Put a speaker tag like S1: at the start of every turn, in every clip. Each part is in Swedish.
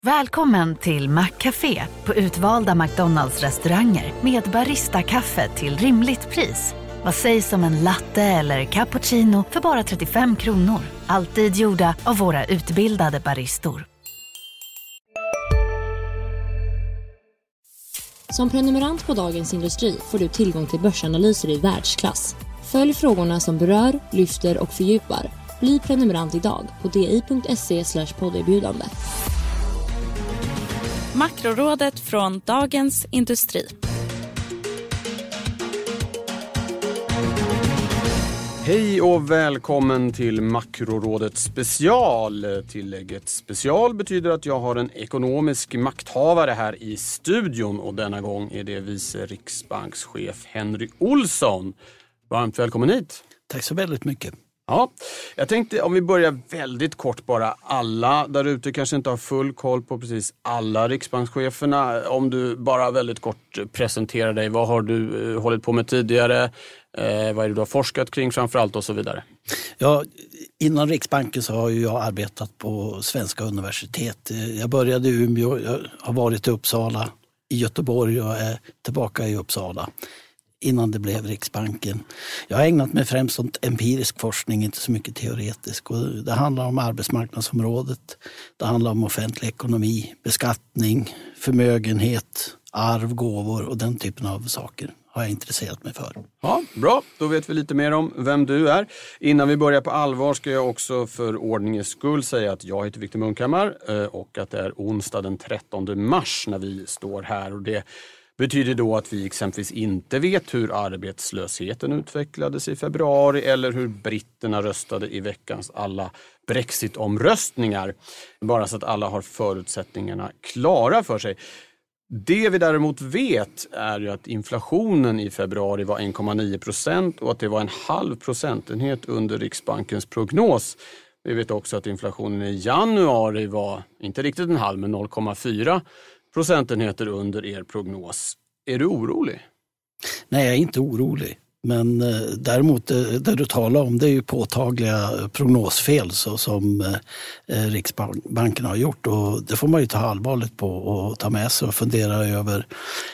S1: Välkommen till Maccafé på utvalda McDonalds-restauranger med Barista-kaffe till rimligt pris. Vad sägs om en latte eller cappuccino för bara 35 kronor? Alltid gjorda av våra utbildade baristor.
S2: Som prenumerant på Dagens Industri får du tillgång till börsanalyser i världsklass. Följ frågorna som berör, lyfter och fördjupar. Bli prenumerant idag på di.se/podderbjudande.
S3: Makrorådet från Dagens Industri.
S4: Hej och välkommen till Makrorådet special. Tillägget special betyder att jag har en ekonomisk makthavare här i studion och denna gång är det vice riksbankschef Henry Olsson. Varmt välkommen hit.
S5: Tack så väldigt mycket.
S4: Ja, jag tänkte om vi börjar väldigt kort bara. Alla där ute kanske inte har full koll på precis alla riksbankscheferna. Om du bara väldigt kort presenterar dig. Vad har du hållit på med tidigare? Vad är det du har forskat kring framförallt och så vidare?
S5: Ja, inom Riksbanken så har jag arbetat på svenska universitet. Jag började i Umeå, jag har varit i Uppsala, i Göteborg och är tillbaka i Uppsala innan det blev Riksbanken. Jag har ägnat mig främst åt empirisk forskning, inte så mycket teoretisk. Och det handlar om arbetsmarknadsområdet, det handlar om offentlig ekonomi, beskattning, förmögenhet, arv, gåvor och den typen av saker har jag intresserat mig för.
S4: Ja, bra. Då vet vi lite mer om vem du är. Innan vi börjar på allvar ska jag också för ordningens skull säga att jag heter Victor Munkhammar och att det är onsdag den 13 mars när vi står här. Och det betyder då att vi exempelvis inte vet hur arbetslösheten utvecklades i februari eller hur britterna röstade i veckans alla Brexit-omröstningar. Bara så att alla har förutsättningarna klara för sig. Det vi däremot vet är ju att inflationen i februari var 1,9% och att det var 0,5 procentenhet under Riksbankens prognos. Vi vet också att inflationen i januari var inte riktigt 0,5 men 0,4 procentenheter under er prognos. Är du orolig?
S5: Nej, jag är inte orolig. Men däremot det du talar om det är ju påtagliga prognosfel som Riksbanken har gjort. Och det får man ju ta allvarligt på och ta med sig och fundera över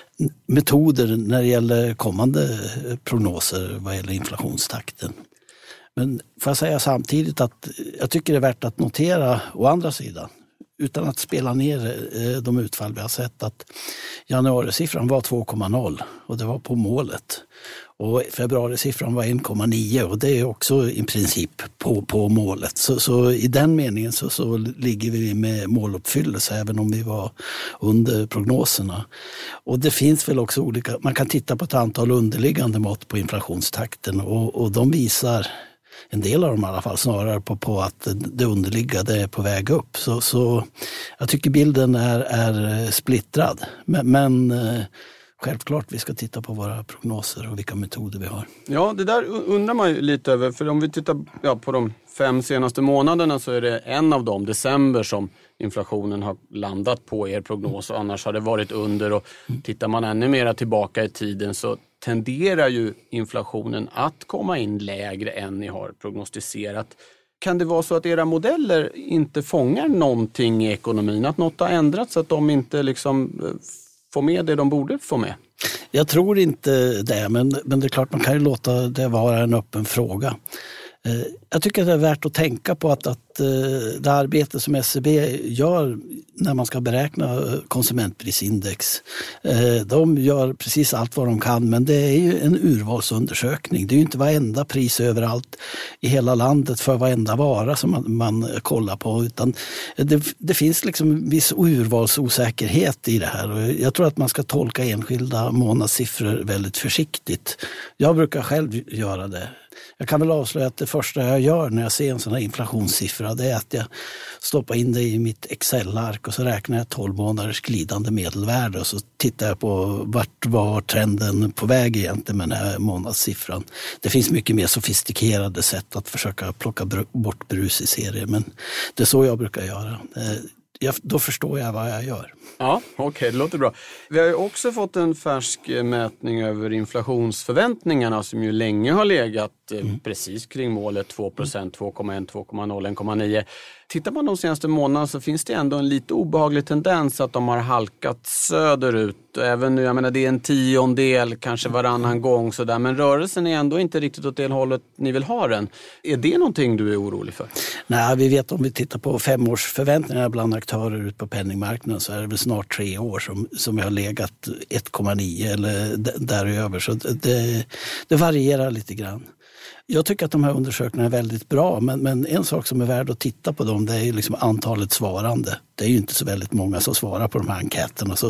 S5: metoder när det gäller kommande prognoser vad gäller inflationstakten. Men får jag säga samtidigt att jag tycker det är värt att notera å andra sidan, utan att spela ner de utfall vi har sett, att januarisiffran var 2,0 och det var på målet. Och februarisiffran var 1,9 och det är också i princip på målet. Så i den meningen så ligger vi med måluppfyllelse även om vi var under prognoserna. Och det finns väl också olika, man kan titta på ett antal underliggande mått på inflationstakten och de visar, en del av dem i alla fall, snarare på att det underliggande är på väg upp. Så jag tycker bilden är splittrad. Men självklart vi ska titta på våra prognoser och vilka metoder vi har. Ja, det där undrar man ju lite över. För om vi tittar på de 5 senaste månaderna så är det en av dem, december, som inflationen har landat på er prognos. Och annars har det varit under. Och tittar man ännu mer tillbaka i tiden så tenderar ju inflationen att komma in lägre än ni har prognostiserat. Kan det vara så att era modeller inte fångar någonting i ekonomin? Att något har ändrats så att de inte liksom får med det de borde få med? Jag tror inte det, men det är klart man kan ju låta det vara en öppen fråga. Jag tycker att det är värt att tänka på att det arbete som SCB gör när man ska beräkna konsumentprisindex, de gör precis allt vad de kan, men det är ju en urvalsundersökning. Det är ju inte varenda pris överallt i hela landet för varenda vara som man kollar på, utan det finns liksom viss urvalsosäkerhet i det här och jag tror att man ska tolka enskilda månadssiffror väldigt försiktigt. Jag brukar själv göra det. Jag kan väl avslöja att det första jag gör när jag ser en sån här inflationssiffra, det är att jag stoppar in det i mitt Excel-ark och så räknar jag 12 månaders glidande medelvärde och så tittar jag på vart var trenden på väg egentligen med den här månadssiffran. Det finns mycket mer sofistikerade sätt att försöka plocka bort brus i serier, men det är så jag brukar göra. Då förstår jag vad jag gör. Ja, okej, det låter bra. Vi har ju också fått en färsk mätning över inflationsförväntningarna som ju länge har legat precis kring målet 2%, 2,1, 2,0, 1,9.
S4: Tittar man de senaste månaderna så finns det ändå en lite obehaglig tendens att de har halkat söderut. Även nu, jag menar det är en 10-del, kanske varannan gång sådär. Men rörelsen är ändå inte riktigt åt det hållet ni vill ha den. Är det någonting du är orolig för?
S5: Nej, vi vet om vi tittar på 5-årsförväntningar bland aktörer ut på penningmarknaden så är det väl snart 3 år som vi har legat 1,9 eller däröver. Så det varierar lite grann. Jag tycker att de här undersökningarna är väldigt bra, men en sak som är värd att titta på dem, det är ju liksom antalet svarande. Det är ju inte så väldigt många som svarar på de här enkäterna. Så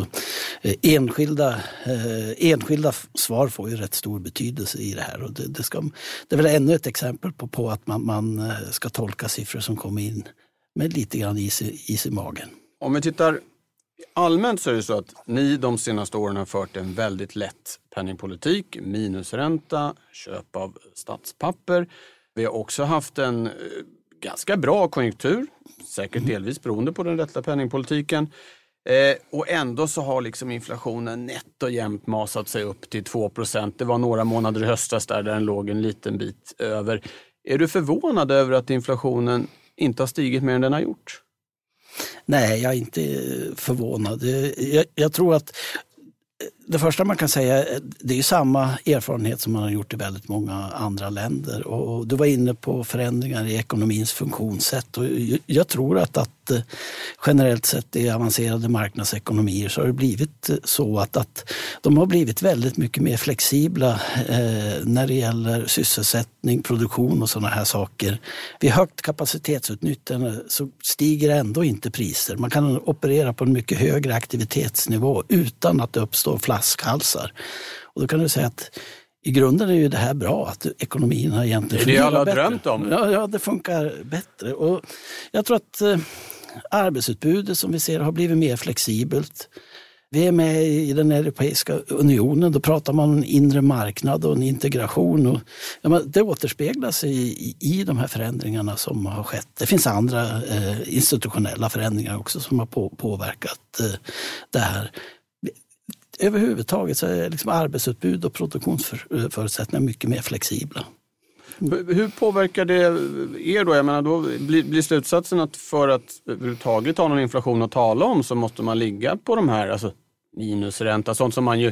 S5: enskilda svar får ju rätt stor betydelse i det här. Och det är väl ännu ett exempel på att man ska tolka siffror som kommer in med lite grann is i magen.
S4: Om vi tittar allmänt så är det så att ni de senaste åren har fört en väldigt lätt penningpolitik, minusränta, köp av statspapper. Vi har också haft en ganska bra konjunktur, säkert delvis beroende på den rätta penningpolitiken. Och ändå så har liksom inflationen nätt och jämnt masat sig upp till 2%. Det var några månader i höstas där den låg en liten bit över. Är du förvånad över att inflationen inte har stigit mer än den har gjort?
S5: Nej, jag är inte förvånad. Jag tror att det första man kan säga, det är ju samma erfarenhet som man har gjort i väldigt många andra länder. Och du var inne på förändringar i ekonomins funktionssätt. Och jag tror att generellt sett i avancerade marknadsekonomier så har det blivit så att de har blivit väldigt mycket mer flexibla när det gäller sysselsättning, produktion och sådana här saker. Vid högt kapacitetsutnyttjande så stiger ändå inte priser. Man kan operera på en mycket högre aktivitetsnivå utan att det uppstår flaskhalsar. Och då kan du säga att i grunden är ju det här bra, att ekonomin har egentligen
S4: fungerat bättre. Det är det alla
S5: bättre.
S4: har drömt om.
S5: Ja, det funkar bättre. Och jag tror att arbetsutbudet som vi ser har blivit mer flexibelt. Vi är med i den Europeiska unionen, då pratar man om en inre marknad och en integration. Och, det återspeglas i de här förändringarna som har skett. Det finns andra institutionella förändringar också som har påverkat det här. Överhuvudtaget så är liksom arbetsutbud och produktionsförutsättningar mycket mer flexibla.
S4: Hur påverkar det er då? Jag menar, då blir slutsatsen att för att överhuvudtaget ha någon inflation att tala om så måste man ligga på de här, alltså minusränta, sånt som man ju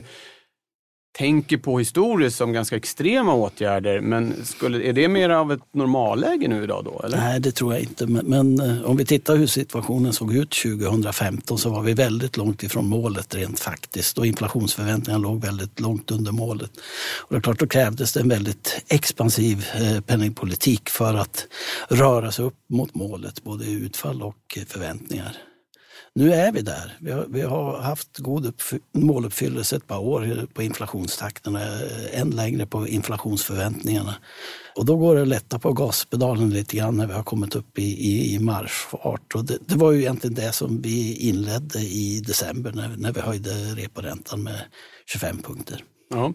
S4: tänker på historiskt som ganska extrema åtgärder, men är det mer av ett normalläge nu idag då? Eller?
S5: Nej, det tror jag inte. Men om vi tittar hur situationen såg ut 2015 så var vi väldigt långt ifrån målet rent faktiskt, och inflationsförväntningarna låg väldigt långt under målet. Och det är klart, då krävdes det en väldigt expansiv penningpolitik för att röra sig upp mot målet, både utfall och förväntningar. Nu är vi där. Vi har haft god måluppfyllelse ett par år på inflationstakten, än längre på inflationsförväntningarna. Och då går det att lätta på gaspedalen lite grann när vi har kommit upp i marschfart. Och det var ju egentligen det som vi inledde i december när vi höjde reporäntan med 25 punkter.
S4: Ja.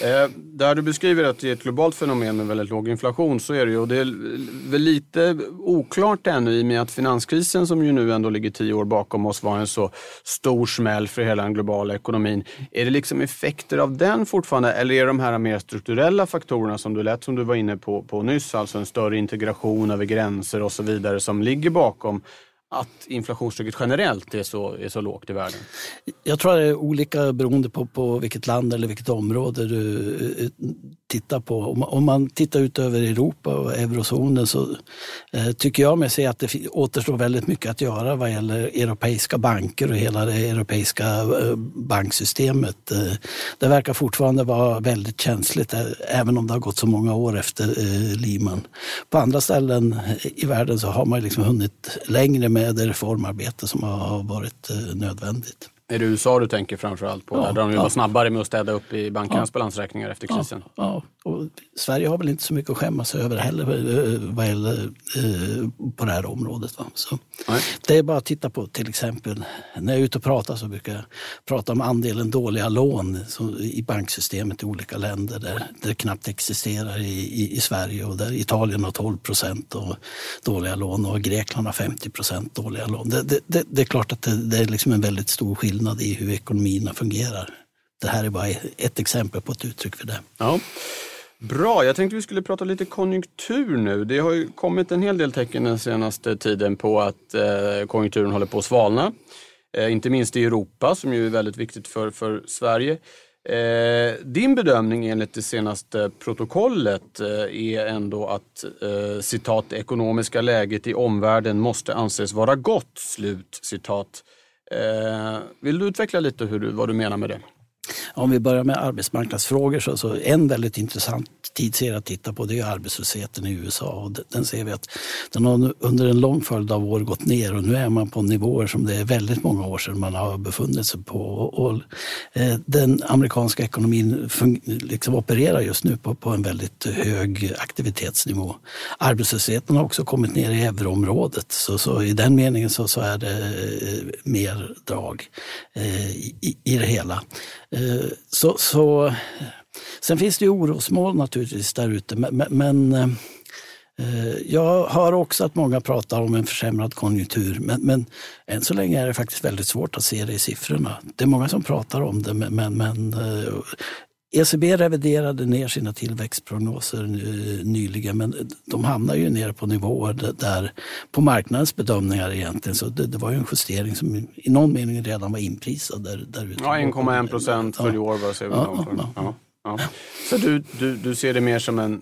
S4: Där du beskriver att det är ett globalt fenomen med väldigt låg inflation, så är det ju, och det är väl lite oklart ännu i och med att finanskrisen som ju nu ändå ligger 10 år bakom oss var en så stor smäll för hela den globala ekonomin. Är det liksom effekter av den fortfarande, eller är de här mer strukturella faktorerna som du var inne på nyss, alltså en större integration över gränser och så vidare, som ligger bakom att inflationstrycket generellt är så lågt i världen? Jag
S5: tror att det är olika beroende på vilket land eller vilket område du tittar på. Om man tittar ut över Europa och eurozonen så tycker jag mig se att det återstår väldigt mycket att göra vad gäller europeiska banker och hela det europeiska banksystemet. Det verkar fortfarande vara väldigt känsligt, även om det har gått så många år efter Lehman. På andra ställen i världen så har man liksom hunnit längre med det reformarbete som har varit nödvändigt. Är det USA du tänker framförallt på? Där de var snabbare med att städa upp i bankernas balansräkningar efter krisen? Ja, och Sverige har väl inte så mycket att skämmas över heller vad gäller på det här området. Va? Så det är bara att titta på, till exempel, när jag är ute och pratar så brukar jag prata om andelen dåliga lån i banksystemet i olika länder där det knappt existerar i Sverige, och där Italien har 12% och dåliga lån och Grekland har 50% dåliga lån. Det är klart att det är liksom en väldigt stor skillnad i hur ekonomierna fungerar. Det här är bara ett exempel på ett uttryck för det. Ja.
S4: Bra, jag tänkte vi skulle prata lite konjunktur nu. Det har ju kommit en hel del tecken den senaste tiden på att konjunkturen håller på att svalna. Inte minst i Europa som ju är väldigt viktigt för Sverige. Din bedömning enligt det senaste protokollet är ändå att citat, det ekonomiska läget i omvärlden måste anses vara gott, slut, citat. Vill du utveckla lite vad du menar med det?
S5: Om vi börjar med arbetsmarknadsfrågor så en väldigt intressant tidsserie att titta på, det är arbetslösheten i USA. Och den ser vi att den har under en lång följd av år gått ner och nu är man på nivåer som det är väldigt många år sedan man har befunnit sig på. Och den amerikanska ekonomin liksom opererar just nu på en väldigt hög aktivitetsnivå. Arbetslösheten har också kommit ner i euroområdet så i den meningen så är det mer drag i det hela. Sen finns det ju orosmål naturligtvis där ute, men jag hör också att många pratar om en försämrad konjunktur, men än så länge är det faktiskt väldigt svårt att se det i siffrorna. Det är många som pratar om det, men ECB reviderade ner sina tillväxtprognoser nyligen, men de hamnar ju nere på nivåer där på marknadens bedömningar egentligen. Så det var ju en justering som i någon mening redan var inprisad där ute. Ja,
S4: 1,1% för i år. Ja. Så du ser det mer som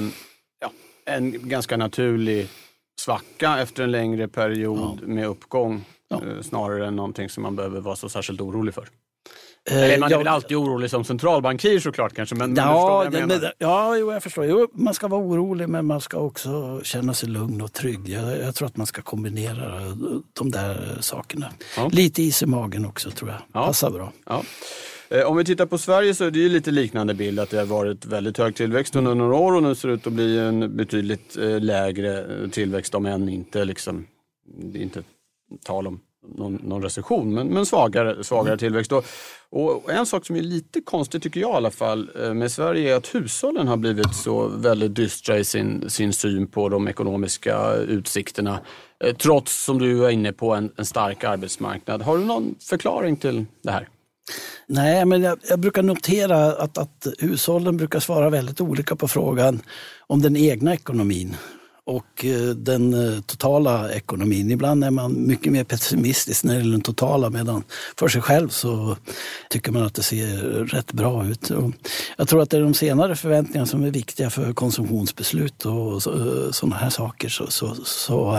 S4: en ganska naturlig svacka efter en längre period med uppgång snarare än någonting som man behöver vara så särskilt orolig för? Man är väl alltid orolig som centralbankir såklart kanske, men du förstår vad jag menar.
S5: Jag förstår. Man ska vara orolig, men man ska också känna sig lugn och trygg. Jag tror att man ska kombinera de där sakerna. Ja. Lite is i magen också tror jag. Passar bra.
S4: Ja. Om vi tittar på Sverige så är det ju lite liknande bild att det har varit väldigt hög tillväxt under några år och nu ser det ut att bli en betydligt lägre tillväxt om än inte liksom, det är inte tal om någon recession, men svagare tillväxt. Och en sak som är lite konstigt tycker jag i alla fall med Sverige är att hushållen har blivit så väldigt dystra i sin syn på de ekonomiska utsikterna. Trots, som du är inne på, en stark arbetsmarknad. Har du någon förklaring till det här?
S5: Nej, men jag brukar notera att hushållen brukar svara väldigt olika på frågan om den egna ekonomin och den totala ekonomin. Ibland är man mycket mer pessimistisk när det gäller den totala, medan för sig själv så tycker man att det ser rätt bra ut. Och jag tror att det är de senare förväntningarna som är viktiga för konsumtionsbeslut och sådana här saker. Så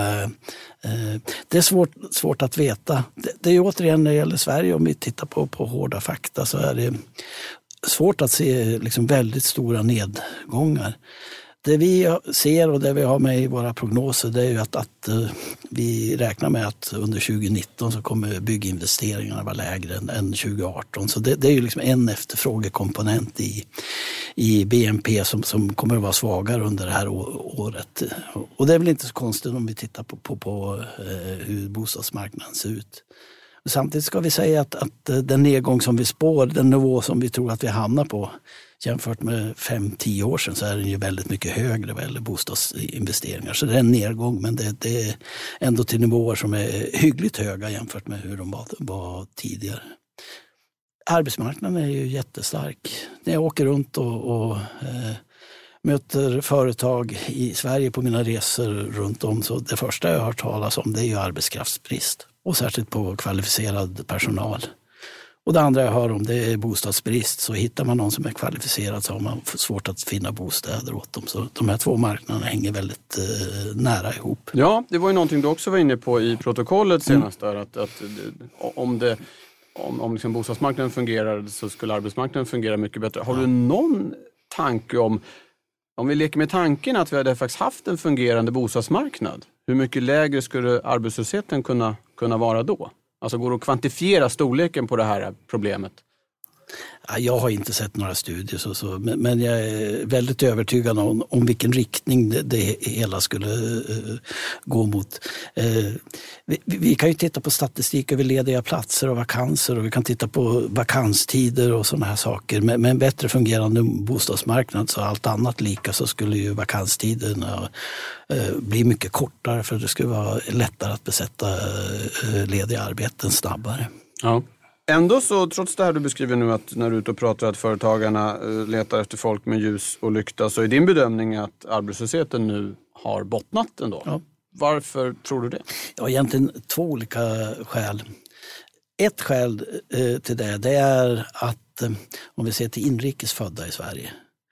S5: det är svårt att veta. Det är återigen när det gäller Sverige, om vi tittar på hårda fakta, så är det svårt att se liksom väldigt stora nedgångar. Det vi ser och det vi har med i våra prognoser, det är ju att vi räknar med att under 2019 så kommer bygginvesteringarna vara lägre än 2018. Så det är ju liksom en efterfrågekomponent i BNP som kommer att vara svagare under det här året. Och det är väl inte så konstigt om vi tittar på hur bostadsmarknaden ser ut. Samtidigt ska vi säga att den nedgång som vi spår, den nivå som vi tror att vi hamnar på jämfört med 5-10 år sedan, så är den ju väldigt mycket högre vad gäller bostadsinvesteringar. Så det är en nedgång, men det är ändå till nivåer som är hyggligt höga jämfört med hur de var tidigare. Arbetsmarknaden är ju jättestark. När jag åker runt och möter företag i Sverige på mina resor runt om, så det första jag har hört talas om det är ju arbetskraftsbrist. Och särskilt på kvalificerad personal. Och det andra jag hör om det är bostadsbrist. Så hittar man någon som är kvalificerad så har man svårt att finna bostäder åt dem. Så de här två marknaderna hänger väldigt nära ihop.
S4: Ja, det var ju någonting du också var inne på i protokollet senast där. Att om liksom bostadsmarknaden fungerar så skulle arbetsmarknaden fungera mycket bättre. Har du någon tanke om vi leker med tanken att vi hade faktiskt haft en fungerande bostadsmarknad? Hur mycket lägre skulle arbetslösheten kunna vara då? Alltså går det att kvantifiera storleken på det här problemet?
S5: Jag har inte sett några studier, men jag är väldigt övertygad om vilken riktning det hela skulle gå mot. Vi kan ju titta på statistik över lediga platser och vakanser, och vi kan titta på vakanstider och sådana här saker. Med en bättre fungerande bostadsmarknad, så allt annat lika, så skulle ju vakanstiderna bli mycket kortare, för det skulle vara lättare att besätta lediga arbeten snabbare.
S4: Ja. Ändå så, trots det här du beskriver nu att när du är ute och pratar att företagarna letar efter folk med ljus och lykta, så är din bedömning att arbetslösheten nu har bottnat ändå? Ja. Varför tror du det? Ja,
S5: egentligen 2 olika skäl. Ett skäl till det är att om vi ser till inrikesfödda i Sverige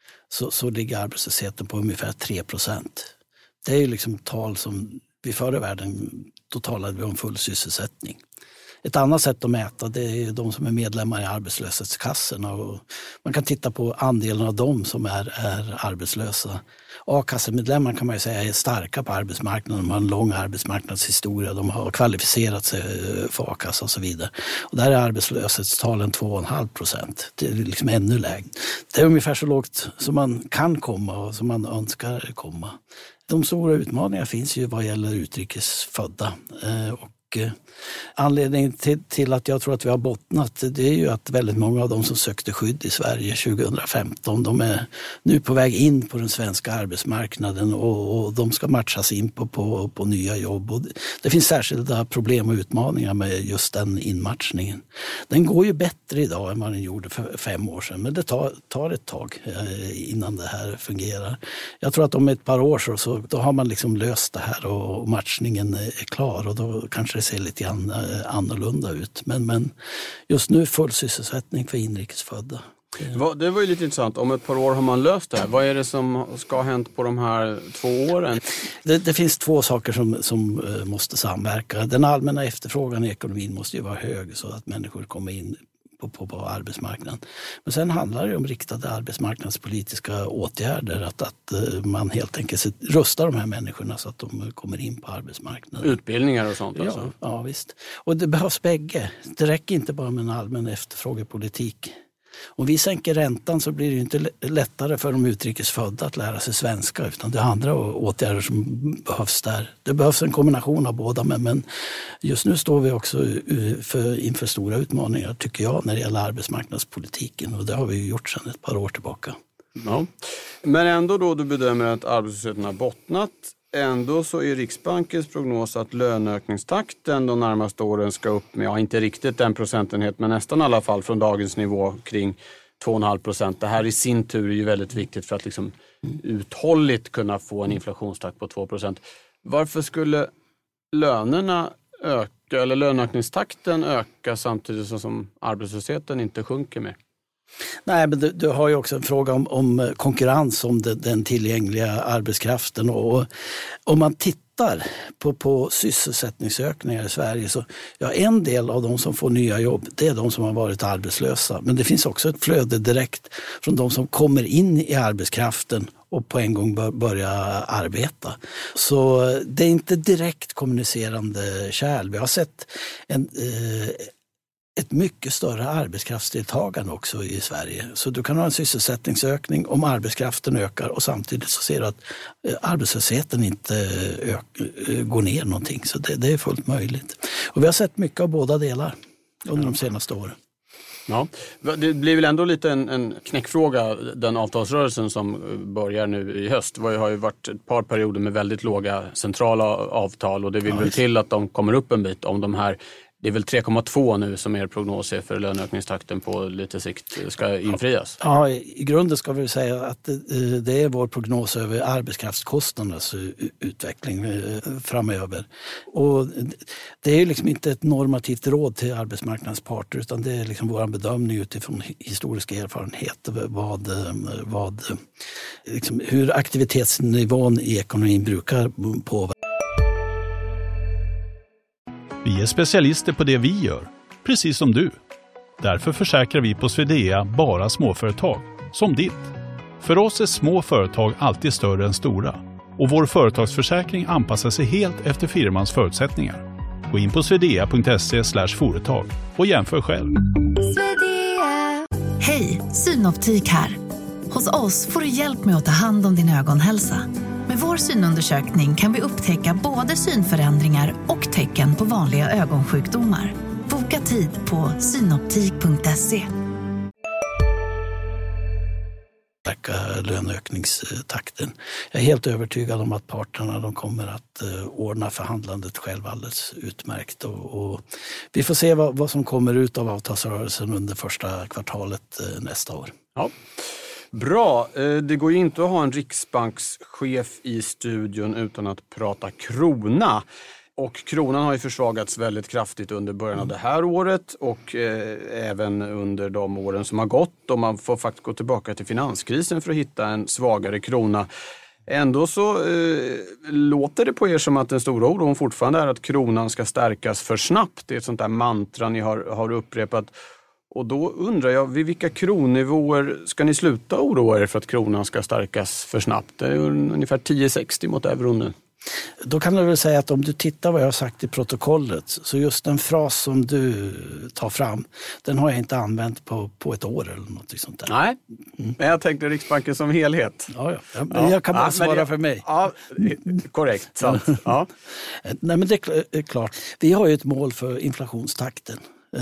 S5: så ligger arbetslösheten på ungefär 3%. Det är ju liksom tal som vi förr i världen då talade vi om full sysselsättning. Ett annat sätt att mäta det är de som är medlemmar i arbetslöshetskassorna och man kan titta på andelen av dem som är arbetslösa. A-kassemedlemmar kan man ju säga är starka på arbetsmarknaden, de har en lång arbetsmarknadshistoria, de har kvalificerat sig för a-kassa och så vidare. Och där är arbetslöshetstalen 2,5%. Det är liksom ännu lägre. Det är ungefär så lågt som man kan komma och som man önskar komma. De stora utmaningarna finns ju vad gäller utrikesfödda och anledningen till att jag tror att vi har bottnat det är ju att väldigt många av de som sökte skydd i Sverige 2015 de är nu på väg in på den svenska arbetsmarknaden och de ska matchas in på nya jobb. Och det finns särskilda problem och utmaningar med just den inmatchningen. Den går ju bättre idag än vad den gjorde för 5 år sedan men det tar ett tag innan det här fungerar. Jag tror att om ett par år så då har man liksom löst det här och matchningen är klar och då kanske det ser lite annorlunda ut. Men just nu full sysselsättning för inrikesfödda.
S4: Det var ju lite intressant. Om ett par år har man löst det här. Vad är det som ska ha hänt på de här 2 åren?
S5: Det finns 2 saker som måste samverka. Den allmänna efterfrågan i ekonomin måste ju vara hög så att människor kommer in på arbetsmarknaden. Men sen handlar det om riktade arbetsmarknadspolitiska åtgärder. Att man helt enkelt rustar de här människorna så att de kommer in på arbetsmarknaden.
S4: Utbildningar och sånt alltså?
S5: Ja, visst. Och det behövs bägge. Det räcker inte bara med en allmän efterfrågepolitik. Om vi sänker räntan så blir det inte lättare för de utrikesfödda att lära sig svenska utan det är andra åtgärder som behövs där. Det behövs en kombination av båda men just nu står vi också inför stora utmaningar tycker jag när det gäller arbetsmarknadspolitiken och det har vi ju gjort sedan ett par år tillbaka.
S4: Ja. Men ändå då du bedömer att arbetslösheten har bottnat. Ändå så är Riksbankens prognos att löneökningstakten de närmaste åren ska upp med, inte riktigt 1% men nästan i alla fall från dagens nivå kring 2,5%. Det här i sin tur är ju väldigt viktigt för att liksom uthålligt kunna få en inflationstakt på 2%. Varför skulle lönerna öka eller löneökningstakten öka samtidigt som arbetslösheten inte sjunker mer?
S5: Nej, men du har ju också en fråga om konkurrens om den tillgängliga arbetskraften och om man tittar på sysselsättningsökningar i Sverige så en del av de som får nya jobb det är de som har varit arbetslösa men det finns också ett flöde direkt från de som kommer in i arbetskraften och på en gång börja arbeta. Så det är inte direkt kommunicerande kärl. Vi har sett ett mycket större arbetskraftsdeltagande också i Sverige. Så du kan ha en sysselsättningsökning om arbetskraften ökar och samtidigt så ser du att arbetslösheten inte går ner någonting. Så det är fullt möjligt. Och vi har sett mycket av båda delar under de senaste åren.
S4: Ja, det blir väl ändå lite en knäckfråga den avtalsrörelsen som börjar nu i höst. Det har ju varit ett par perioder med väldigt låga centrala avtal och det vill väl till att de kommer upp en bit om de här. Det är väl 3,2 nu som er prognos är för löneökningstakten på lite sikt ska infrias? Ja,
S5: i grunden ska vi säga att det är vår prognos över arbetskraftskostnadernas utveckling framöver. Och det är liksom inte ett normativt råd till arbetsmarknadsparter utan det är liksom vår bedömning utifrån historisk erfarenhet liksom hur aktivitetsnivån i ekonomin brukar påverka.
S6: Vi är specialister på det vi gör, precis som du. Därför försäkrar vi på Swedea bara småföretag, som ditt. För oss är små företag alltid större än stora. Och vår företagsförsäkring anpassar sig helt efter firmans förutsättningar. Gå in på swedea.se/företag och jämför själv.
S1: Hej, Synoptik här. Hos oss får du hjälp med att ta hand om din ögonhälsa. Med vår synundersökning kan vi upptäcka både synförändringar och tecken på vanliga ögonsjukdomar. Boka tid på synoptik.se.
S5: öka löneökningstakten. Jag är helt övertygad om att parterna de kommer att ordna förhandlandet själv alldeles utmärkt. Och vi får se vad som kommer ut av avtalsrörelsen under första kvartalet nästa år.
S4: Ja. Bra, det går ju inte att ha en riksbankschef i studion utan att prata krona. Och kronan har ju försvagats väldigt kraftigt under början av det här året och även under de åren som har gått. Och man får faktiskt gå tillbaka till finanskrisen för att hitta en svagare krona. Ändå så låter det på er som att den stora oron fortfarande är att kronan ska stärkas för snabbt. Det är ett sånt där mantra ni har upprepat. Och då undrar jag, vid vilka kronnivåer ska ni sluta oroa er för att kronan ska stärkas för snabbt? Det är ungefär 10,60 mot euron nu.
S5: Då kan jag väl säga att om du tittar vad jag har sagt i protokollet, så just den fras som du tar fram, den har jag inte använt på ett år eller något sånt där.
S4: Nej, men jag tänkte Riksbanken som helhet.
S5: Ja. Men jag kan bara svara för mig.
S4: Ja, korrekt, sant. Ja.
S5: Nej, men det är klart. Vi har ju ett mål för inflationstakten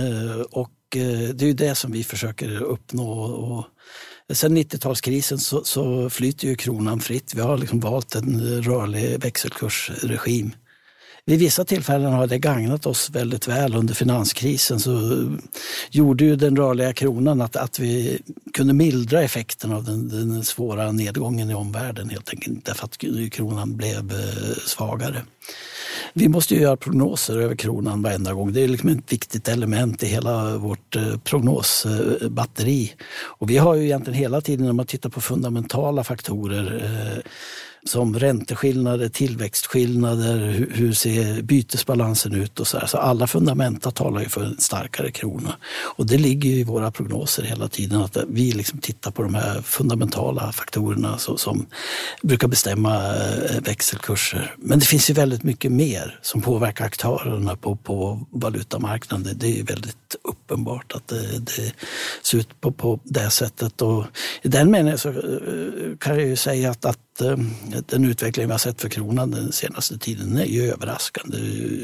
S5: och det är ju det som vi försöker uppnå. Och sen 90-talskrisen så flyter ju kronan fritt. Vi har liksom valt en rörlig växelkursregim. Vid vissa tillfällen har det gagnat oss väldigt väl. Under finanskrisen så gjorde ju den rörliga kronan att vi kunde mildra effekten av den svåra nedgången i omvärlden, helt enkelt därför att kronan blev svagare. Vi måste ju göra prognoser över kronan varenda gång. Det är liksom ett viktigt element i hela vårt prognosbatteri. Och vi har ju egentligen hela tiden, när man tittar på fundamentala faktorer som ränteskillnader, tillväxtskillnader, hur ser bytesbalansen ut och så här. Så alla fundamenta talar ju för en starkare krona. Och det ligger ju i våra prognoser hela tiden att vi liksom tittar på de här fundamentala faktorerna som brukar bestämma växelkurser. Men det finns ju väldigt mycket mer som påverkar aktörerna på valutamarknaden. Det är ju väldigt uppenbart att det ser ut på det sättet. Och i den meningen så kan jag ju säga att den utveckling vi har sett för kronan den senaste tiden är ju överraskande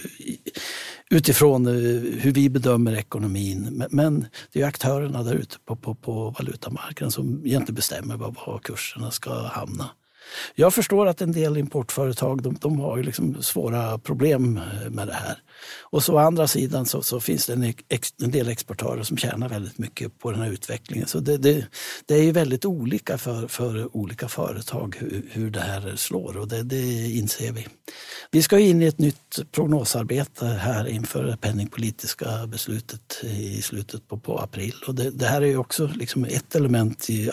S5: utifrån hur vi bedömer ekonomin. Men det är ju aktörerna där ute på valutamarknaden som egentligen bestämmer var kurserna ska hamna. Jag förstår att en del importföretag de har ju liksom svåra problem med det här. Och så å andra sidan så finns det en del exportörer som tjänar väldigt mycket på den här utvecklingen. Så det är ju väldigt olika för olika företag hur det här slår, och det inser vi. Vi ska in i ett nytt prognosarbete här inför det penningpolitiska beslutet i slutet på april. Och det här är ju också liksom ett element i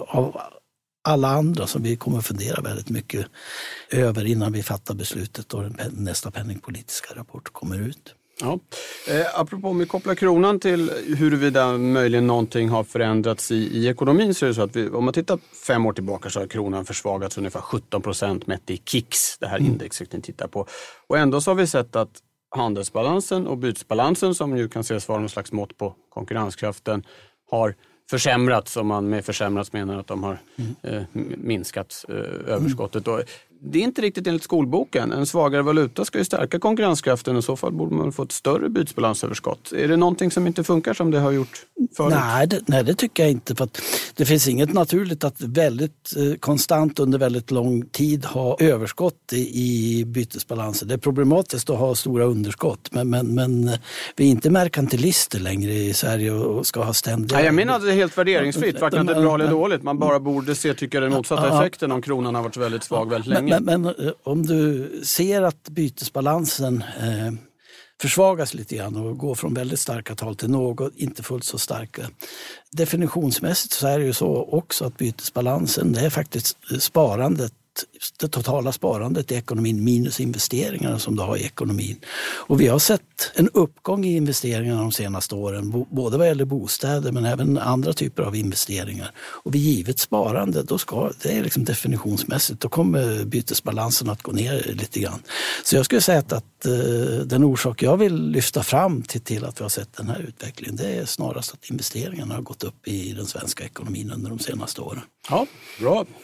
S5: alla andra som vi kommer att fundera väldigt mycket över innan vi fattar beslutet och nästa penningpolitiska rapport kommer ut.
S4: Ja. Apropå om vi kopplar kronan till huruvida möjligen någonting har förändrats i ekonomin, så är det så att om man tittar 5 år tillbaka så har kronan försvagats ungefär 17% mätt i KIX, det här indexet ni tittar på. Och ändå så har vi sett att handelsbalansen och bytesbalansen, som ju kan ses vara någon slags mått på konkurrenskraften, har försämrats, om man med försämrats menar att de har minskat överskottet. Och det är inte riktigt enligt skolboken. En svagare valuta ska ju stärka konkurrenskraften, och i så fall borde man få ett större bytesbalansöverskott. Är det någonting som inte funkar som det har gjort förut?
S5: Nej, det tycker jag inte. För att det finns inget naturligt att väldigt konstant under väldigt lång tid ha överskott i bytesbalansen. Det är problematiskt att ha stora underskott, men vi är inte merkantilister längre i Sverige och ska ha ständiga...
S4: Nej, jag menar att det är helt värderingsfritt. Varken att det är bra eller dåligt. Man bara borde se, tycker jag, den motsatta effekten om kronan har varit väldigt svag väldigt länge.
S5: Men om du ser att bytesbalansen försvagas lite grann och går från väldigt starka tal till något inte fullt så starka. Definitionsmässigt så är det ju så också att bytesbalansen, det är faktiskt sparandet, det totala sparandet i ekonomin minus investeringarna som du har i ekonomin. Och vi har sett en uppgång i investeringarna de senaste åren, både vad gäller bostäder men även andra typer av investeringar. Och vid givet sparande, det är liksom definitionsmässigt, då kommer bytesbalansen att gå ner lite grann. Så jag skulle säga att den orsak jag vill lyfta fram till att vi har sett den här utvecklingen, det är snarast att investeringarna har gått upp i den svenska ekonomin under de senaste åren.
S4: Ja, bra.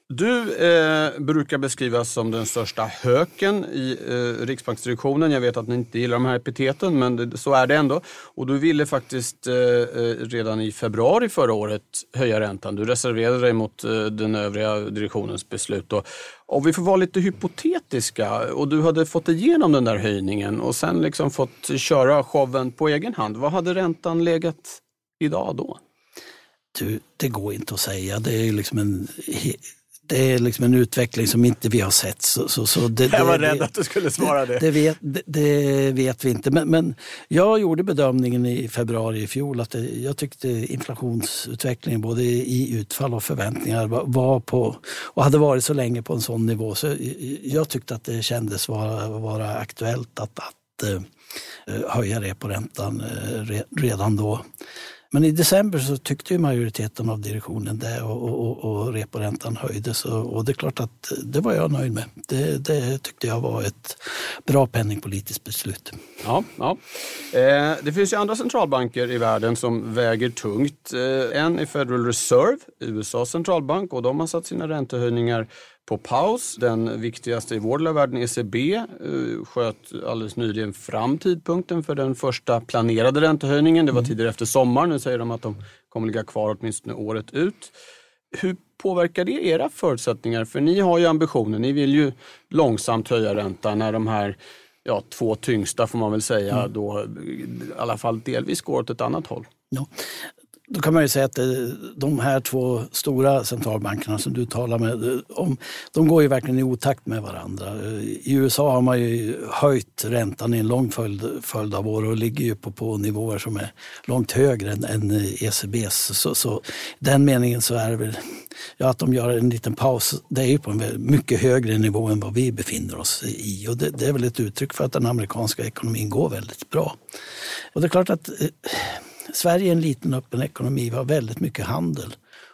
S4: Du brukar beskrivas som den största höken i Riksbanksdirektionen. Jag vet att ni inte gillar de här epiteten, men så är det ändå. Och du ville faktiskt redan i februari förra året höja räntan. Du reserverade dig mot den övriga direktionens beslut. Och vi får vara lite hypotetiska, och du hade fått igenom den där höjningen och sen liksom fått köra showen på egen hand. Vad hade räntan legat idag då?
S5: Det går inte att säga. Det är liksom en utveckling som inte vi har sett. Jag
S4: var rädd att du skulle svara det.
S5: Det vet vi inte. Men jag gjorde bedömningen i februari i fjol att jag tyckte inflationsutvecklingen både i utfall och förväntningar var på, och hade varit så länge på en sån nivå. Så jag tyckte att det kändes vara aktuellt att höja reporäntan redan då. Men i december så tyckte ju majoriteten av direktionen det, och reporäntan höjdes, och det är klart att det var jag nöjd med. Det tyckte jag var ett bra penningpolitiskt beslut.
S4: Ja. Det finns ju andra centralbanker i världen som väger tungt. En är Federal Reserve, USAs centralbank, och de har satt sina räntehöjningar på paus. Den viktigaste i vår del av världen, ECB, sköt alldeles nyligen fram tidpunkten för den första planerade räntehöjningen. Det var tidigare efter sommaren. Nu säger de att de kommer ligga kvar åtminstone året ut. Hur påverkar det era förutsättningar? För ni har ju ambitionen, ni vill ju långsamt höja räntan när de här två tyngsta, får man väl säga, då i alla fall delvis går åt ett annat håll.
S5: Ja. Då kan man ju säga att de här två stora centralbankerna som du talar med, de går ju verkligen i otakt med varandra. I USA har man ju höjt räntan i en lång följd av år och ligger ju på nivåer som är långt högre än ECBs. Så den meningen så är det väl att de gör en liten paus. Det är ju på en mycket högre nivå än vad vi befinner oss i, och det är väl ett uttryck för att den amerikanska ekonomin går väldigt bra. Och det är klart att Sverige är en liten öppen ekonomi, vi har väldigt mycket handel.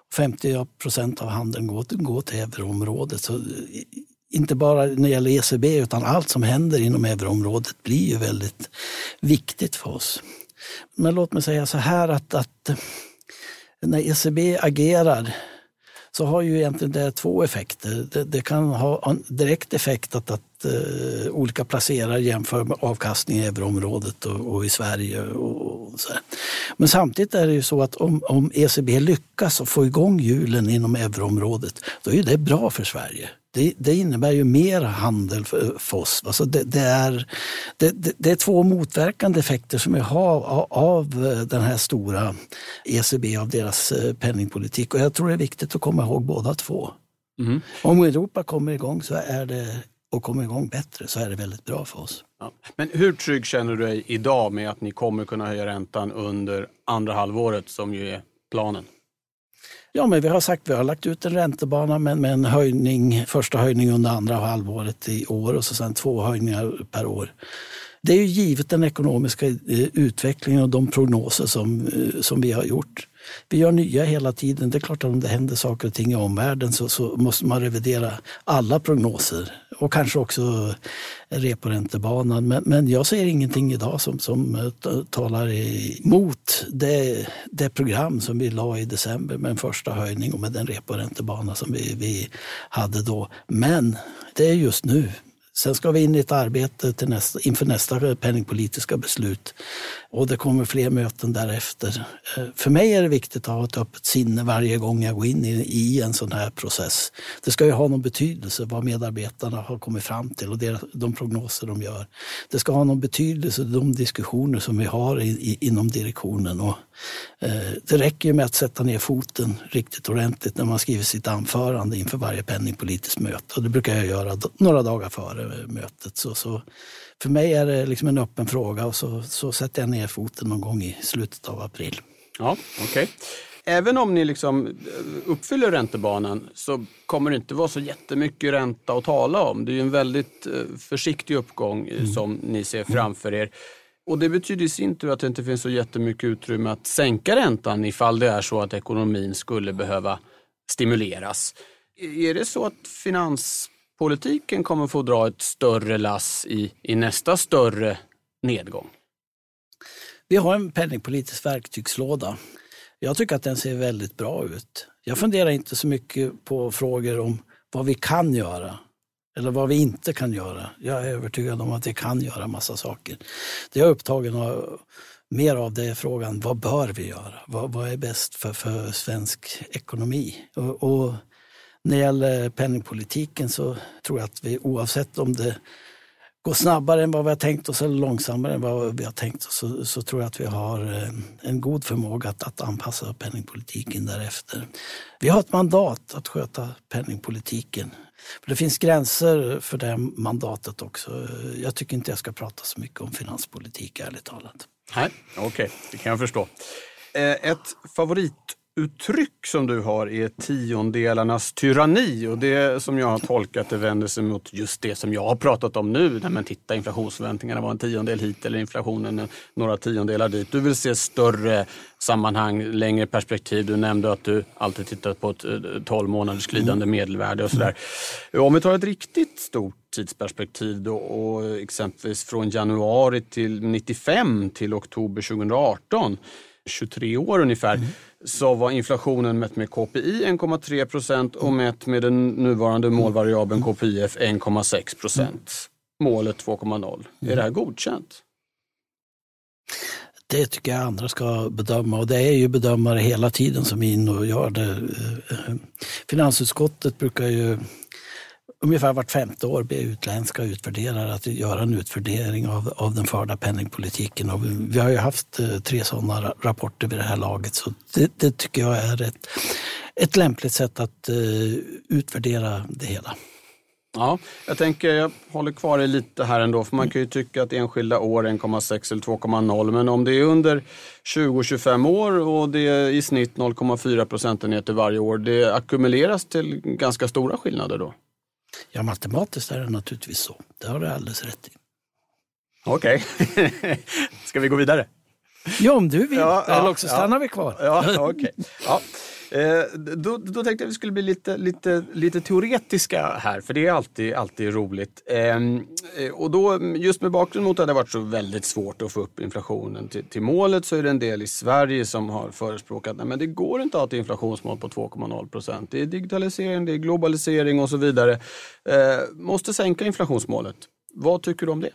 S5: 50% av handeln går till euroområdet. Så inte bara när det gäller ECB, utan allt som händer inom euroområdet blir ju väldigt viktigt för oss. Men låt mig säga så här att när ECB agerar så har ju egentligen det två effekter. Det kan ha en direkt effekt att olika placerare jämför med avkastning i euroområdet och i Sverige och så här. Men samtidigt är det ju så att om ECB lyckas att få igång hjulen inom euroområdet, då är det bra för Sverige. Det innebär ju mer handel för oss. Alltså det är två motverkande effekter som vi har av den här stora ECB, av deras penningpolitik. Och jag tror det är viktigt att komma ihåg båda två. Mm. Om Europa kommer igång och kommer igång bättre, så är det väldigt bra för oss.
S4: Ja. Men hur trygg känner du dig idag med att ni kommer kunna höja räntan under andra halvåret, som ju är planen?
S5: Ja, men vi har lagt ut en räntebana med en första höjning under andra halvåret i år och så sen 2 höjningar per år. Det är ju givet den ekonomiska utvecklingen och de prognoser som vi har gjort. Vi gör nya hela tiden. Det är klart att om det händer saker och ting i omvärlden så måste man revidera alla prognoser och kanske också reporäntebanan. Men jag ser ingenting idag som talar emot det program som vi la i december med en första höjning och med den reporäntebana som vi hade då. Men det är just nu. Sen ska vi in i ett arbete inför nästa penningpolitiska beslut, och det kommer fler möten därefter. För mig är det viktigt att ha ett öppet sinne varje gång jag går in i en sån här process. Det ska ju ha någon betydelse vad medarbetarna har kommit fram till och de prognoser de gör. Det ska ha någon betydelse de diskussioner som vi har inom direktionen. Och det räcker ju med att sätta ner foten riktigt ordentligt när man skriver sitt anförande inför varje penningpolitiskt möte. Och det brukar jag göra några dagar före mötet. Så för mig är det liksom en öppen fråga, och så sätter jag ner foten någon gång i slutet av april.
S4: Ja, okej. Även om ni liksom uppfyller räntebanan så kommer det inte vara så jättemycket ränta att tala om. Det är ju en väldigt försiktig uppgång som ni ser framför er. Och det betyder i sin tur att det inte finns så jättemycket utrymme att sänka räntan ifall det är så att ekonomin skulle behöva stimuleras. Är det så att finanspolitiken kommer få dra ett större lass i nästa större nedgång?
S5: Vi har en penningpolitisk verktygslåda. Jag tycker att den ser väldigt bra ut. Jag funderar inte så mycket på frågor om vad vi kan göra eller vad vi inte kan göra. Jag är övertygad om att vi kan göra massa saker. Det jag är upptagen av mer av det är frågan, vad bör vi göra? Vad är bäst för svensk ekonomi? Och när det gäller penningpolitiken så tror jag att vi, oavsett om det går snabbare än vad vi har tänkt oss eller långsammare än vad vi har tänkt oss, så tror jag att vi har en god förmåga att anpassa penningpolitiken därefter. Vi har ett mandat att sköta penningpolitiken. Det finns gränser för det mandatet också. Jag tycker inte jag ska prata så mycket om finanspolitik, ärligt talat.
S4: Nej, okej, det kan jag förstå. Ett favorituttryck som du har är tiondelarnas tyranni, och det som jag har tolkat det vänder sig mot just det som jag har pratat om nu. När man tittar, inflationsförväntningarna var en tiondel hit eller inflationen några tiondelar dit. Du vill se större sammanhang, längre perspektiv. Du nämnde att du alltid tittat på ett 12 månaders glidande medelvärde och sådär. Om vi tar ett riktigt stort tidsperspektiv då, och exempelvis från januari till 95 till oktober 2018, 23 år ungefär, så var inflationen mätt med KPI 1,3% och mätt med den nuvarande målvariabeln KPIF 1,6%. Målet 2,0. Är det här godkänt?
S5: Det tycker jag andra ska bedöma, och det är ju bedömare hela tiden som är in och gör det. Finansutskottet brukar ju ungefär vart 5:e år be utländska utvärderare att göra en utvärdering av den förda penningpolitiken. Och vi har ju haft 3 sådana rapporter vid det här laget, så det tycker jag är ett lämpligt sätt att utvärdera det hela.
S4: Ja, jag håller kvar i lite här ändå, för man kan ju tycka att enskilda år 1,6 eller 2,0, men om det är under 20-25 år och det är i snitt 0,4 procentenheter varje år, det ackumuleras till ganska stora skillnader då?
S5: Ja, matematiskt är det naturligtvis så. Det har du alldeles rätt i.
S4: Okej. Ska vi gå vidare?
S5: Ja, om du vill. Eller också stannar vi kvar.
S4: Ja, okej. Ja. Då tänkte jag att vi skulle bli lite teoretiska här, för det är alltid roligt. Och då, just med bakgrund mot att det har varit så väldigt svårt att få upp inflationen till målet, så är det en del i Sverige som har förespråkat att det går inte att ha ett inflationsmål på 2,0%. Det är digitalisering, det är globalisering och så vidare. Måste sänka inflationsmålet. Vad tycker du om det?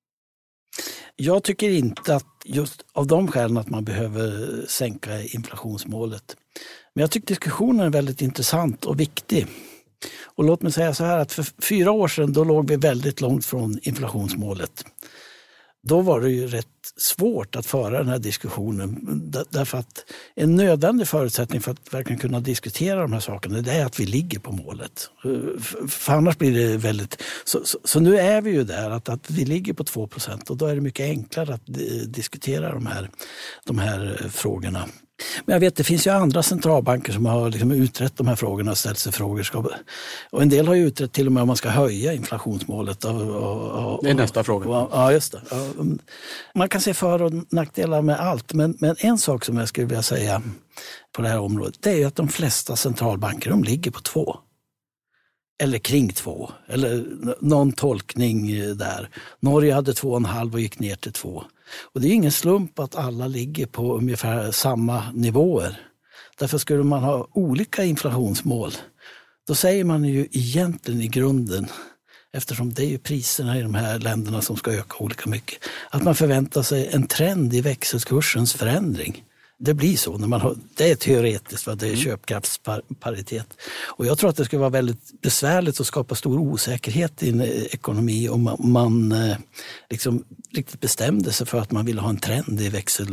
S5: Jag tycker inte att just av de skälen att man behöver sänka inflationsmålet. Men jag tycker diskussionen är väldigt intressant och viktig. Och låt mig säga så här, att för 4 år sedan då låg vi väldigt långt från inflationsmålet. Då var det ju rätt svårt att föra den här diskussionen, därför att en nödvändig förutsättning för att verkligen kunna diskutera de här sakerna, det är att vi ligger på målet. För annars blir det väldigt... Så nu är vi ju där att vi ligger på 2%, och då är det mycket enklare att diskutera de här frågorna. Men jag vet, det finns ju andra centralbanker som har liksom utrett de här frågorna och ställt sig frågor. Och en del har ju utrett till och med om man ska höja inflationsmålet. Det är
S4: nästa fråga.
S5: Ja, just det. Man kan se för- och nackdelar med allt. Men en sak som jag skulle vilja säga på det här området, det är ju att de flesta centralbanker, de ligger på 2. Eller kring 2. Eller någon tolkning där. Norge hade 2,5 och gick ner till 2. Och det är ingen slump att alla ligger på ungefär samma nivåer. Därför skulle man ha olika inflationsmål, då säger man ju egentligen i grunden, eftersom det är ju priserna i de här länderna som ska öka olika mycket, att man förväntar sig en trend i växelkursens förändring. Det blir så när man har, det är teoretiskt, för det är köpkraftsparitet. Och jag tror att det skulle vara väldigt besvärligt att skapa stor osäkerhet i en ekonomi om man liksom riktigt bestämde sig för att man vill ha en trend i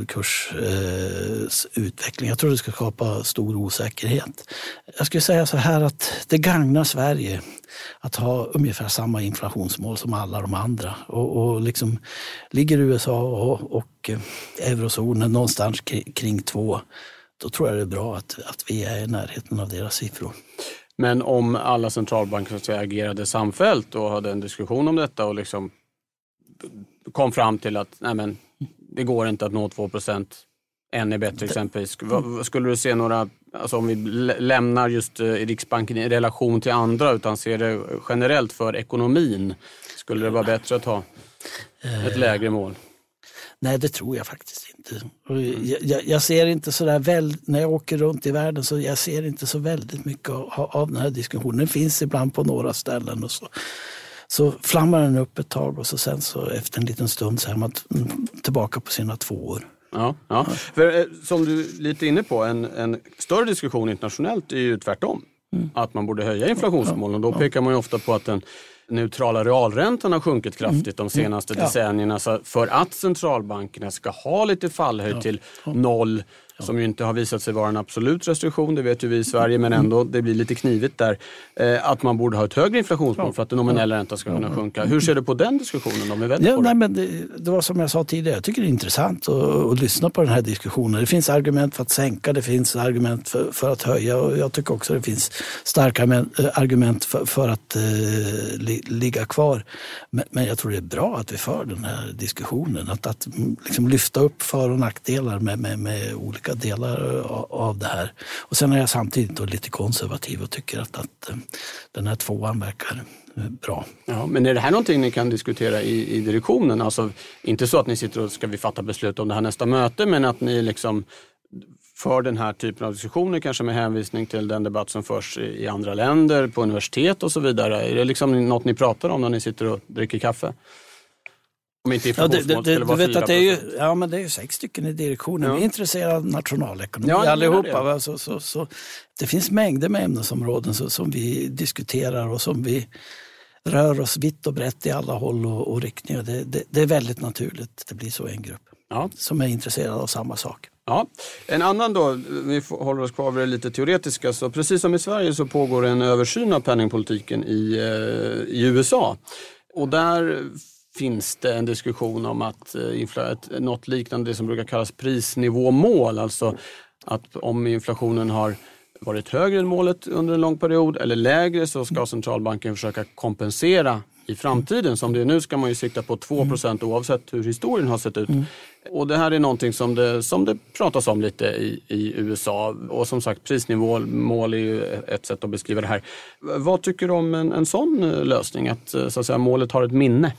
S5: växelkursutveckling. Jag tror det skulle skapa stor osäkerhet. Jag skulle säga så här att det gagnar Sverige att ha ungefär samma inflationsmål som alla de andra. Och liksom ligger USA och eurozonen någonstans kring 2, då tror jag det är bra att vi är i närheten av deras siffror.
S4: Men om alla centralbanker agerade samfällt och hade en diskussion om detta och liksom kom fram till att det går inte att nå 2%, än är bättre exempelvis. Skulle du se några, alltså om vi lämnar just Riksbanken i relation till andra utan ser det generellt för ekonomin, skulle det vara bättre att ha ett lägre mål?
S5: Nej, det tror jag faktiskt inte. Och jag ser inte så där när jag åker runt i världen, så jag ser inte så väldigt mycket av den här diskussionen. Den finns ibland på några ställen och så flammar den upp ett tag och sen så efter en liten stund så är man tillbaka på sina 2 år.
S4: Ja. För, som du är lite inne på, en större diskussion internationellt är ju tvärtom. Att man borde höja inflationsmålen. Och då pekar man ju ofta på att den neutrala realräntan har sjunkit kraftigt de senaste decennierna. Så för att centralbankerna ska ha lite fallhöjd till 0, som ju inte har visat sig vara en absolut restriktion, det vet ju vi i Sverige, men ändå det blir lite knivigt där, att man borde ha ett högre inflationsmål för att den nominella räntan ska kunna sjunka. Hur ser du på den diskussionen om vi vet på det?
S5: Men det var som jag sa tidigare, jag tycker det är intressant att lyssna på den här diskussionen. Det finns argument för att sänka, det finns argument för att höja, och jag tycker också det finns starka argument för att ligga kvar. Men jag tror det är bra att vi för den här diskussionen, att liksom lyfta upp för- och nackdelar med olika delar av det här. Och sen är jag samtidigt då lite konservativ och tycker att den här 2:an verkar bra.
S4: Ja, men är det här någonting ni kan diskutera i direktionen? Alltså inte så att ni sitter och ska vi fatta beslut om det här nästa möte, men att ni liksom för den här typen av diskussioner, kanske med hänvisning till den debatt som förs i andra länder, på universitet och så vidare. Är det liksom något ni pratar om när ni sitter och dricker kaffe? Om inte inflationsmålet skulle vara 4%.
S5: Men det är ju 6 stycken i direktionen. Vi är intresserade av nationalekonomi allihopa. Så det finns mängder med ämnesområden som vi diskuterar och som vi rör oss vitt och brett i alla håll och riktningar. Det är väldigt naturligt. Det blir så en grupp som är intresserad av samma sak.
S4: Ja, en annan då, vi håller oss kvar vid det lite teoretiska, så precis som i Sverige så pågår en översyn av penningpolitiken i USA. Och där finns det en diskussion om att något liknande det som brukar kallas prisnivåmål, alltså att om inflationen har varit högre än målet under en lång period eller lägre, så ska centralbanken försöka kompensera i framtiden. Som det är nu ska man ju sikta på 2% oavsett hur historien har sett ut. Och det här är någonting som det pratas om lite i USA. Och som sagt, prisnivåmål är ju ett sätt att beskriva det här. Vad tycker du om en sån lösning? Att, så att säga, målet har ett minne?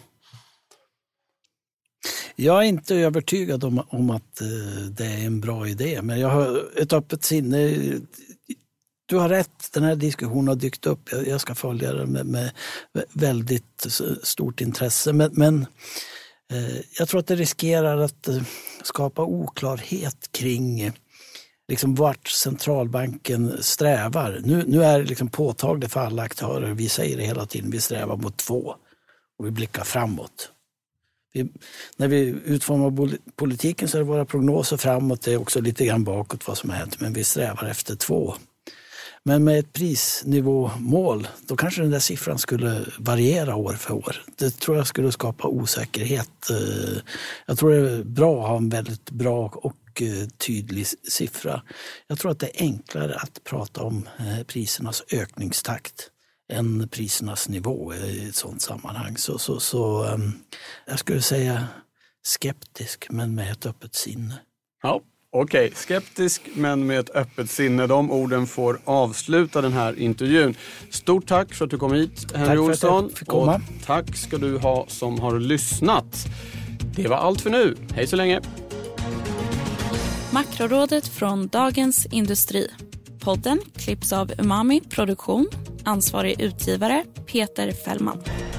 S5: Jag är inte övertygad om att det är en bra idé, men jag har ett öppet sinne. Du har rätt, den här diskussionen har dykt upp. Jag ska följa den med väldigt stort intresse. Men jag tror att det riskerar att skapa oklarhet kring liksom vart centralbanken strävar. Nu är det liksom påtagligt för alla aktörer. Vi säger det hela tiden, vi strävar mot 2 och vi blickar framåt. När vi utformar politiken så är det våra prognoser framåt, det är också lite grann bakåt vad som har hänt, men vi strävar efter 2. Men med ett prisnivåmål, då kanske den där siffran skulle variera år för år. Det tror jag skulle skapa osäkerhet. Jag tror det är bra att ha en väldigt bra och tydlig siffra. Jag tror att det är enklare att prata om prisernas ökningstakt än prisernas nivå i ett sådant sammanhang. Så jag skulle säga skeptisk, men med ett öppet sinne.
S4: Ja, okej. Skeptisk, men med ett öppet sinne. De orden får avsluta den här intervjun. Stort tack för att du kom hit, Henry Olsson.
S5: Tack för att jag fick komma.
S4: Och tack ska du ha som har lyssnat. Det var allt för nu. Hej så länge.
S3: Makrorådet från Dagens Industri. Podden klipps av Umami Produktion. Ansvarig utgivare Peter Fällman.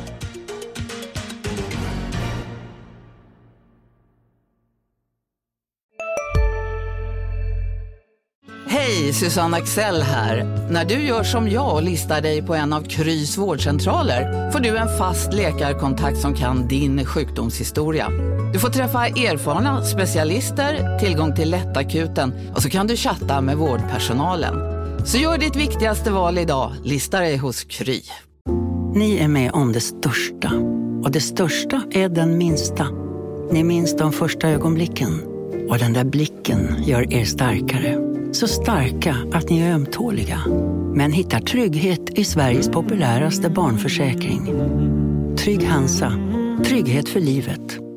S7: Hej, Susanne Axel här. När du gör som jag och listar dig på en av Krys vårdcentraler får du en fast läkarkontakt som kan din sjukdomshistoria. Du får träffa erfarna specialister, tillgång till lättakuten och så kan du chatta med vårdpersonalen. Så gör ditt viktigaste val idag, lista dig hos Kry.
S8: Ni är med om det största. Och det största är den minsta. Ni minns de första ögonblicken. Och den där blicken gör er starkare. Så starka att ni är ömtåliga. Men hittar trygghet i Sveriges populäraste barnförsäkring. Trygg Hansa. Trygghet för livet.